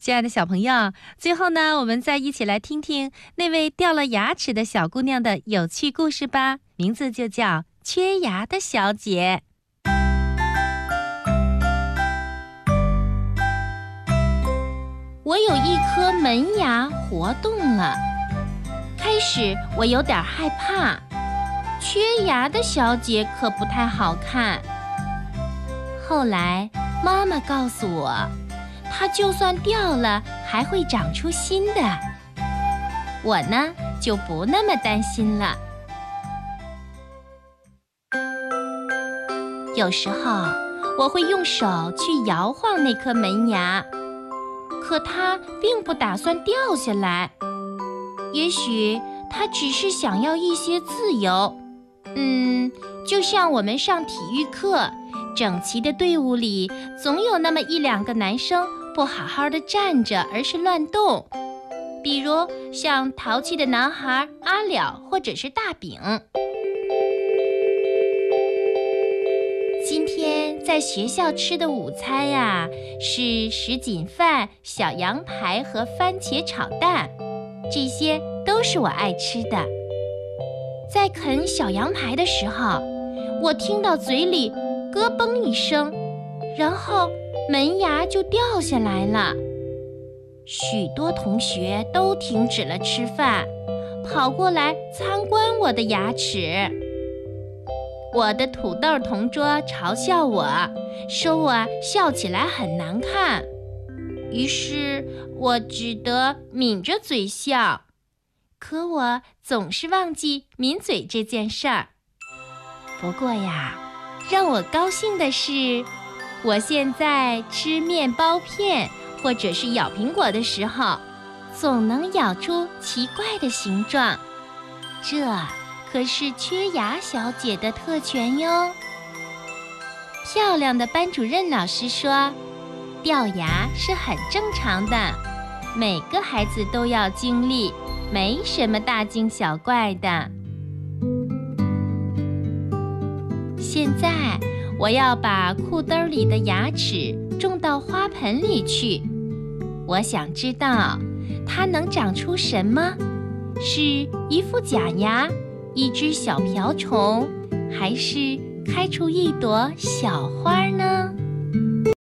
亲爱的小朋友，最后呢，我们再一起来听听那位掉了牙齿的小姑娘的有趣故事吧，名字就叫《缺牙的小姐》。 我有一颗门牙活动了，开始我有点害怕，缺牙的小姐可不太好看。后来妈妈告诉我，它就算掉了还会长出新的，我呢就不那么担心了。有时候我会用手去摇晃那颗门牙，可它并不打算掉下来，也许它只是想要一些自由。就像我们上体育课，整齐的队伍里总有那么一两个男生不好好的站着，而是乱动，比如像淘气的男孩阿了或者是大饼。今天在学校吃的午餐呀，是什锦饭、小羊排和番茄炒蛋，这些都是我爱吃的。在啃小羊排的时候，我听到嘴里咯嘣一声，然后门牙就掉下来了。许多同学都停止了吃饭，跑过来参观我的牙齿。我的土豆同桌嘲笑我，说我笑起来很难看，于是我只得抿着嘴笑。可我总是忘记抿嘴这件事儿。不过呀，让我高兴的是，我现在吃面包片或者是咬苹果的时候，总能咬出奇怪的形状，这可是缺牙小姐的特权哟。漂亮的班主任老师说，掉牙是很正常的，每个孩子都要经历，没什么大惊小怪的。现在我要把裤兜里的牙齿种到花盆里去，我想知道它能长出什么，是一副假牙，一只小瓢虫，还是开出一朵小花呢？